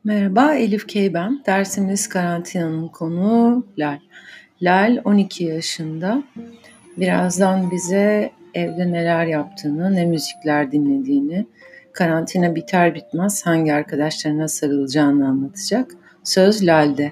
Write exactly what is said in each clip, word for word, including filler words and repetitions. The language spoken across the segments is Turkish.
Merhaba, Elif K. ben. Dersimiz karantinanın konuğu Lal. Lal on iki yaşında. Birazdan bize evde neler yaptığını, ne müzikler dinlediğini, karantina biter bitmez hangi arkadaşlarına sarılacağını anlatacak. Söz Lal'de.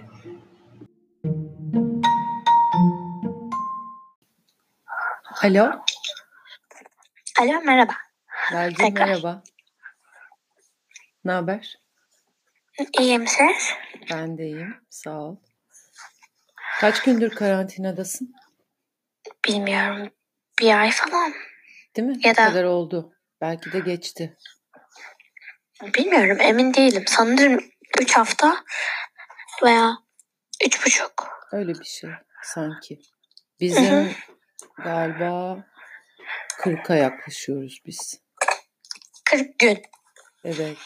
Alo. Alo, merhaba. Lal'cim merhaba. Ne haber? İyiyim siz? Ben de iyiyim, sağ ol. Kaç gündür karantinadasın? Bilmiyorum. Bir ay falan. Değil mi? Ya O da kadar oldu. Belki de geçti. bilmiyorum, emin değilim. Sanırım üç hafta veya üç buçuk. Öyle bir şey sanki. Bizim Hı hı. galiba kırka yaklaşıyoruz biz. kırk gün. Evet.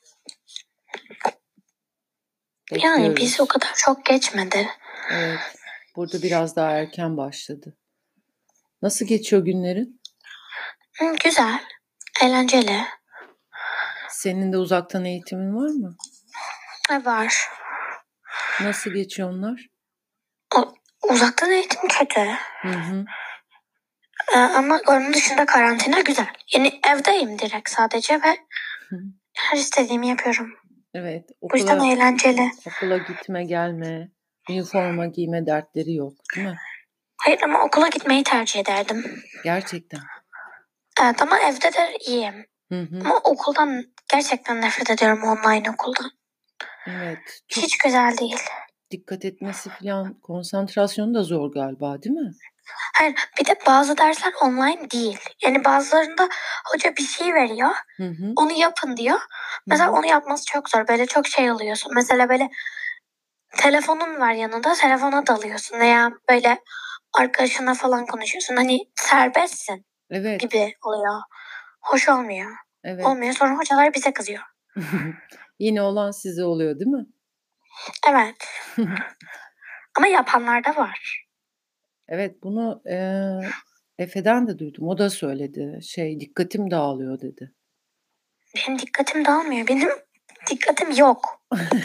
Yani Bekliyoruz. biz o kadar çok geçmedi. Evet. Burada biraz daha erken başladı. Nasıl geçiyor günlerin? Hı, güzel. Eğlenceli. Senin de uzaktan eğitimin var mı? E, var. Nasıl geçiyor onlar? O, uzaktan eğitim kötü. Hı hı. E, ama onun dışında karantina güzel. Yani evdeyim direkt sadece ve Hı. her istediğimi yapıyorum. Evet. Bu yüzden Okula, eğlenceli. okula gitme gelme, üniforma giyme dertleri yok, değil mi? Hayır ama okula gitmeyi tercih ederdim. Gerçekten. Evet ama evde de iyiyim. Hı hı. Ama okuldan gerçekten nefret ediyorum, online okuldan. Evet. Çok Hiç güzel değil. dikkat etmesi falan, konsantrasyonu da zor galiba, değil mi? Hayır, bir de bazı dersler online değil. Yani bazılarında hoca bir şey veriyor. Hı hı. Onu yapın diyor. Mesela Hı hı. onu yapması çok zor. Böyle çok şey oluyorsun. Mesela böyle telefonun var yanında. Telefona dalıyorsun veya böyle arkadaşına falan konuşuyorsun. Hani serbestsin Evet. gibi oluyor. Hoş olmuyor. Evet. Olmuyor. Sonra hocalar bize kızıyor. Yine olan size oluyor, değil mi? Evet. Ama yapanlar da var. Evet, bunu eee, Efe'den de duydum. O da söyledi. Şey, dikkatim dağılıyor dedi. Benim dikkatim dağılmıyor. Benim dikkatim yok.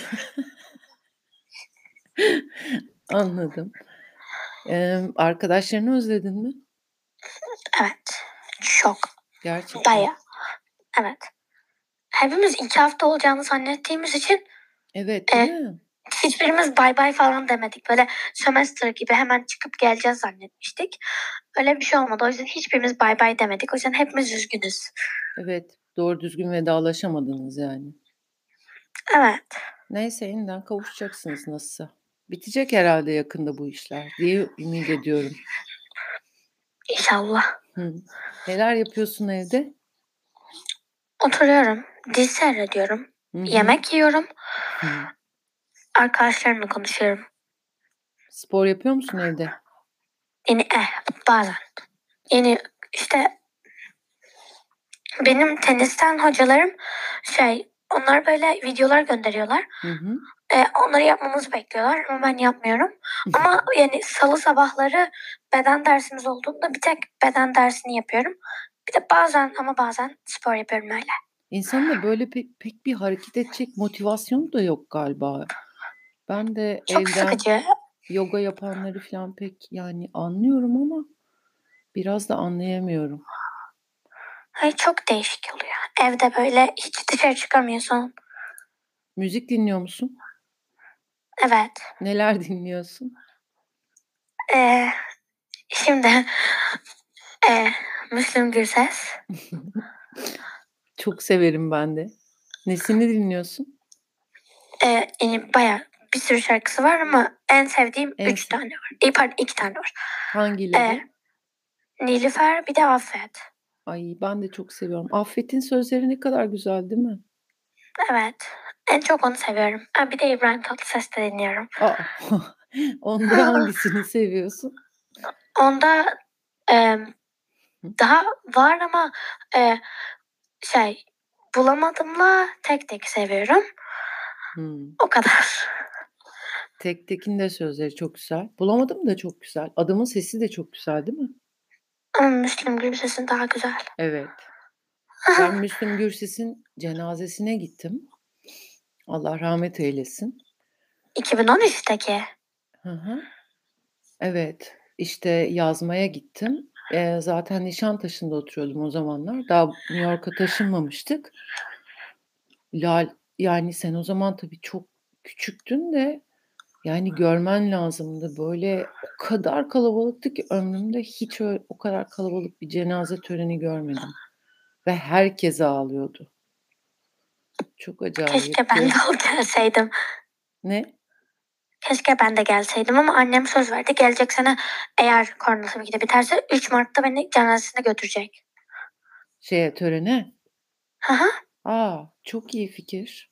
Anladım. Eee, arkadaşlarını özledin mi? Evet. Çok. Gerçekten. Baya. Evet. Hepimiz iki hafta olacağını zannettiğimiz için Evet, değil e, mi? hiçbirimiz bay bay falan demedik. Böyle sömestr gibi hemen çıkıp geleceğiz zannetmiştik. Öyle bir şey olmadı. O yüzden hiçbirimiz bay bay demedik. O yüzden hepimiz üzgünüz. Evet, doğru düzgün vedalaşamadınız yani. Evet. Neyse, yeniden kavuşacaksınız nasılsa. Bitecek herhalde yakında bu işler diye ümit ediyorum. İnşallah. Hı. Neler yapıyorsun evde? Oturuyorum. Dizi seyrediyorum. Hı hı. Yemek yiyorum. Hı. Arkadaşlarımla konuşuyorum. Spor yapıyor musun evde? Yani eh bazen. Yani işte benim tenisten hocalarım şey, onlar böyle videolar gönderiyorlar. Hı hı. E, onları yapmamızı bekliyorlar ama ben yapmıyorum. Ama yani salı sabahları beden dersimiz olduğunda bir tek beden dersini yapıyorum. Bir de bazen ama bazen spor yapıyorum öyle. İnsanın da böyle pek, pek bir hareket edecek motivasyonu da yok galiba. Ben de Çok evden sıkıcı. yoga yapanları falan pek yani anlıyorum ama biraz da anlayamıyorum. Hayır, çok değişik oluyor. Evde böyle hiç dışarı çıkamıyorsun. Müzik dinliyor musun? Evet. Neler dinliyorsun? E, şimdi e, Müslüm Gürses. Çok severim ben de. Nesini dinliyorsun? E, yani bayağı bir sürü şarkısı var ama en sevdiğim En üç se- tane var. E, pardon, iki tane var. Hangileri? E, Nilüfer, bir de Affet. Ay ben de çok seviyorum. Affet'in sözleri ne kadar güzel değil mi? Evet. En çok onu seviyorum. Ha, bir de İbrahim Tatlıses de dinliyorum. Aa, onda hangisini seviyorsun? Onda e, daha var ama e, şey, Bulamadım'la Tek Tek seviyorum. Hmm. O kadar. Tek Tek'in de sözleri çok güzel. Bulamadım da çok güzel. Adamın sesi de çok güzel değil mi? Ama Müslüm Gürses'in daha güzel. Evet. Ben Müslüm Gürses'in cenazesine gittim. Allah rahmet eylesin. iki bin on üçteki. Hı hı. Evet, işte yazmaya gittim. Eee, zaten Nişantaşı'nda oturuyordum o zamanlar. Daha New York'a taşınmamıştık. Lal yani sen o zaman tabii çok küçüktün de yani görmen lazımdı. Böyle o kadar kalabalıktı ki ömrümde hiç öyle o kadar kalabalık bir cenaze töreni görmedim ve herkes ağlıyordu. Çok Keşke ben de acayipti. o gelseydim. Ne? Keşke ben de gelseydim ama annem söz verdi. Gelecek sene eğer korona tabii ki de biterse üç Mart'ta beni cenazesine götürecek. Şeye, törene? Hı hı. A! Çok iyi fikir.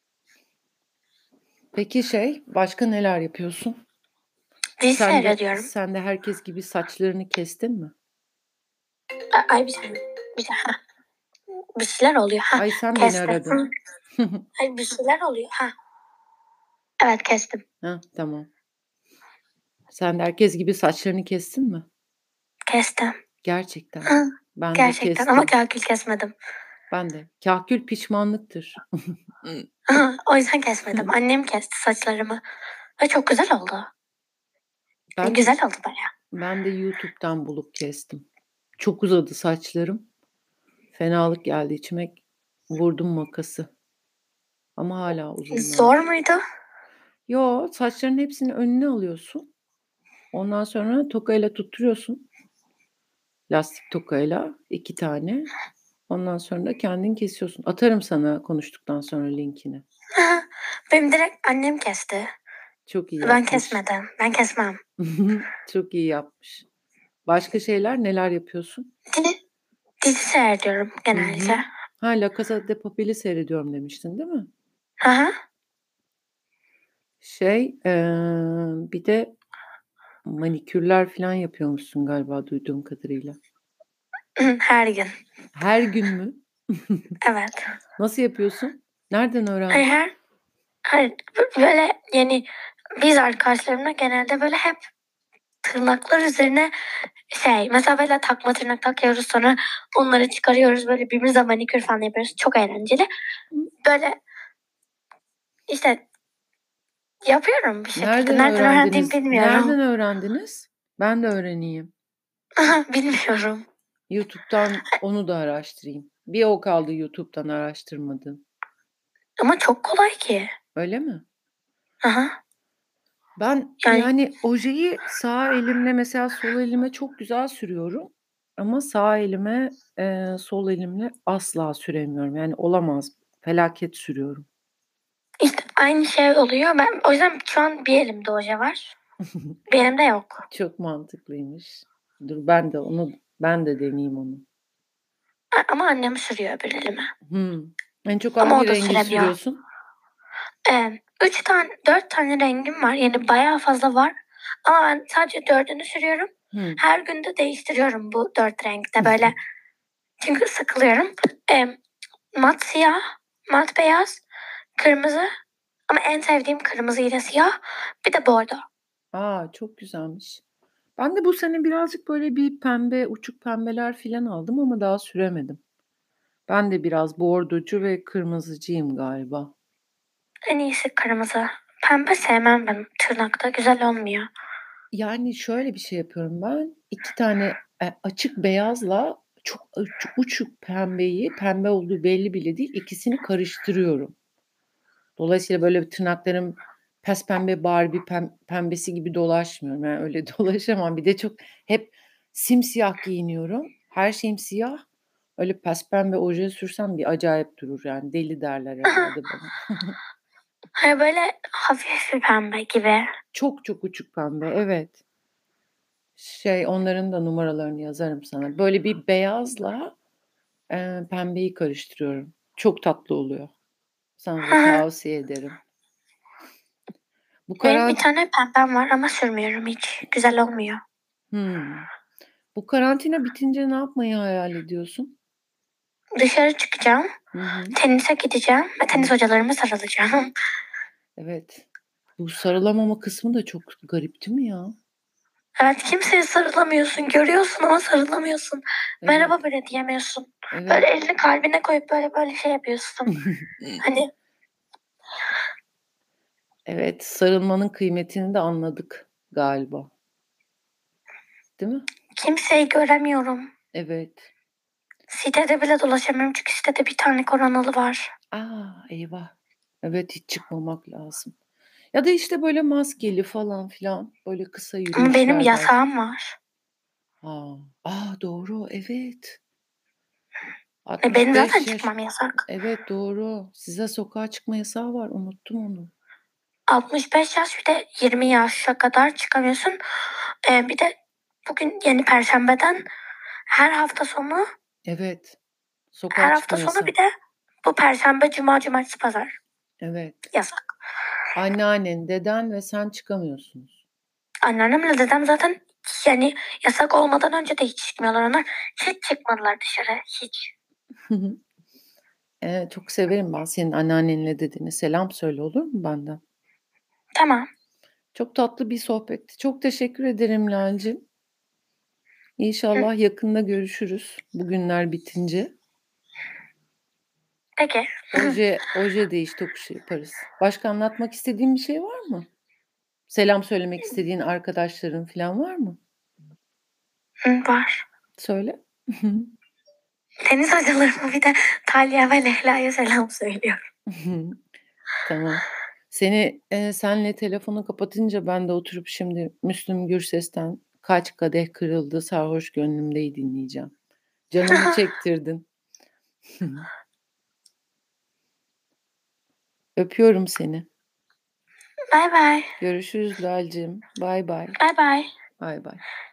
Peki şey, başka neler yapıyorsun? Dizi Sen de seyrediyorum. sen de herkes gibi saçlarını kestin mi? A- Ay bir saniye. Bir saniye. Bir şeyler oluyor. Ha, Ay, sen beni kestim. aradın. Ay bir şeyler oluyor. Ha. Evet kestim. Hah, tamam. Sen de herkes gibi saçlarını kestin mi? Kestim. Gerçekten. Hı, Ben de gerçekten ama kestim. kalkül kesmedim. Ben de. Kâhkül pişmanlıktır. O yüzden kesmedim. Annem kesti saçlarımı. Ve çok güzel oldu. Yani Ben de güzel oldu bayağı. ben de YouTube'dan bulup kestim. Çok uzadı saçlarım. Fenalık geldi içime. Vurdum makası ama hâlâ Zor uzunlar. muydu? Yo, saçların hepsini önüne alıyorsun. Ondan sonra tokayla tutturuyorsun. Lastik tokayla iki tane. Ondan sonra da kendin kesiyorsun. Atarım sana konuştuktan sonra linkini. Benim direkt annem kesti. Çok iyi Ben yapmış. kesmedim. Ben kesmem. Çok iyi yapmış. Başka şeyler neler yapıyorsun? Dizi, dizi seyrediyorum Hı hı. genelde. Ha, La Casa de Papel'i seyrediyorum demiştin, değil mi? Hı hı. Şey, eee, bir de manikürler filan yapıyormuşsun galiba duyduğum kadarıyla. Her gün. Her gün mü? Evet. Nasıl yapıyorsun? Nereden Hayır, öğrendin? her, hayır, böyle yani biz arkadaşlarımla genelde böyle hep tırnaklar üzerine şey mesela böyle takma tırnak takıyoruz sonra onları çıkarıyoruz böyle birbirimize manikür falan yapıyoruz. Çok eğlenceli. Böyle işte yapıyorum bir şekilde. Nereden Nereden öğrendiğimi öğrendiniz? bilmiyorum. Nereden öğrendiniz? Ben de öğreneyim. Bilmiyorum. YouTube'dan onu da araştırayım. Bir o kaldı YouTube'dan araştırmadığım. Ama çok kolay ki. Öyle mi? Aha. Ben, Yani yani, ojeyi sağ elimle mesela sol elime çok güzel sürüyorum ama sağ elime, eee, sol elimle asla süremiyorum. Yani olamaz. Felaket sürüyorum. işte aynı şey oluyor. Ben o yüzden şu an bir elimde oje var. Bir elimde yok. Çok mantıklıymış. Dur ben de onu ben de deneyeyim onu. A- Ama annem sürüyor öbür elime. Hımm. En çok Ama hangi o da rengi süremiyor. sürüyorsun? Ee, üç tane, dört tane rengim var. Yani bayağı fazla var. Ama ben sadece dördünü sürüyorum. Hımm. Her gün de değiştiriyorum bu dört renkte böyle. Çünkü sıkılıyorum. Ee, mat siyah, mat beyaz, kırmızı. Ama en sevdiğim kırmızı ile siyah. Bir de bordo. A, çok güzelmiş. Ben de bu sene birazcık böyle bir pembe, uçuk pembeler filan aldım ama daha süremedim. Ben de biraz bordocu ve kırmızıcıyım galiba. En iyisi kırmızı. Pembe sevmem ben. Tırnakta güzel olmuyor. Yani, şöyle bir şey yapıyorum ben, iki tane, eee, açık beyazla çok uç uçuk pembeyi, pembe olduğu belli bile değil, ikisini karıştırıyorum. Dolayısıyla böyle tırnaklarım pespembe Barbie pem pembesi gibi dolaşmıyorum. Yani, öyle dolaşamam. Bir de çok hep simsiyah giyiniyorum. Her şeyim siyah. Öyle pespembe oje sürsem bir acayip durur yani. Deli derler herhâlde bana. Hani böyle hafif bir pembe gibi. Çok çok uçuk pembe, evet. Şey, onların da numaralarını yazarım sana. Böyle bir beyazla, eee, pembeyi karıştırıyorum. Çok tatlı oluyor. Sana da tavsiye ederim. Bu Benim bir karan tane pembem var ama sürmüyorum hiç. Güzel olmuyor. Hımm. Bu karantina bitince ne yapmayı hayal ediyorsun? Dışarı çıkacağım. Hı hı. Tenise gideceğim ve tenis Hı. hocalarıma sarılacağım. Evet. Bu sarılamama kısmı da çok garip değil mi ya? Evet kimseye sarılamıyorsun. Görüyorsun ama sarılamıyorsun. Evet, Merhaba bile diyemiyorsun. Böyle evet. elini kalbine koyup böyle böyle şey yapıyorsun. Hani Evet, sarılmanın kıymetini de anladık galiba. Değil mi? Kimseyi göremiyorum. Evet. Sitede bile dolaşamıyorum çünkü sitede bir tane koronalı var. A! Eyvah! Evet, hiç çıkmamak lazım. Ya da, işte, böyle, maskeli falan filan, böyle, kısa Ama benim yürüyüşler belki. yasağım var. A! A, doğru, evet. E, benim altmış zaten beş yaş. çıkmam yasak. Evet, doğru. Size sokağa çıkma yasağı var, unuttum onu. altmış beş yaş bir de yirmi yaşa kadar çıkamıyorsun. Eee, bir de bugün yeni perşembeden her hafta sonu Evet, sokağa her hafta çıkma sonu yasağı. bir de bu perşembe, cuma, cumartesi, pazar Evet. yasak. Anneannen, deden ve sen çıkamıyorsunuz. Anneannemle dedem zaten yani yasak olmadan önce de hiç çıkmıyorlar onlar. Hiç çıkmadılar dışarı, hiç. Hı hı. Evet, çok severim ben senin anneannenle dedeni. Selam söyle, olur mu benden? Tamam. Çok tatlı bir sohbetti. Çok teşekkür ederim Lalcığım. Hı, İnşallah yakında görüşürüz, bu günler bitince. peki. Oje oje değiş tokuşu yaparız. Başka anlatmak istediğin bir şey var mı? Selam söylemek istediğin arkadaşların filan var mı? Hı, var. Söyle. Deniz hocalarıma bir de Talya ve Leyla'ya selam söylüyorum. Tamam. Seni, eee, senle telefonu kapatınca ben de oturup şimdi Müslüm Gürses'ten "Kaç kadeh kırıldı sarhoş gönlümde'yi dinleyeceğim. Canımı çektirdin. Öpüyorum seni. Baybay. Görüşürüz Lalcığım. Baybay. Baybay. Baybay.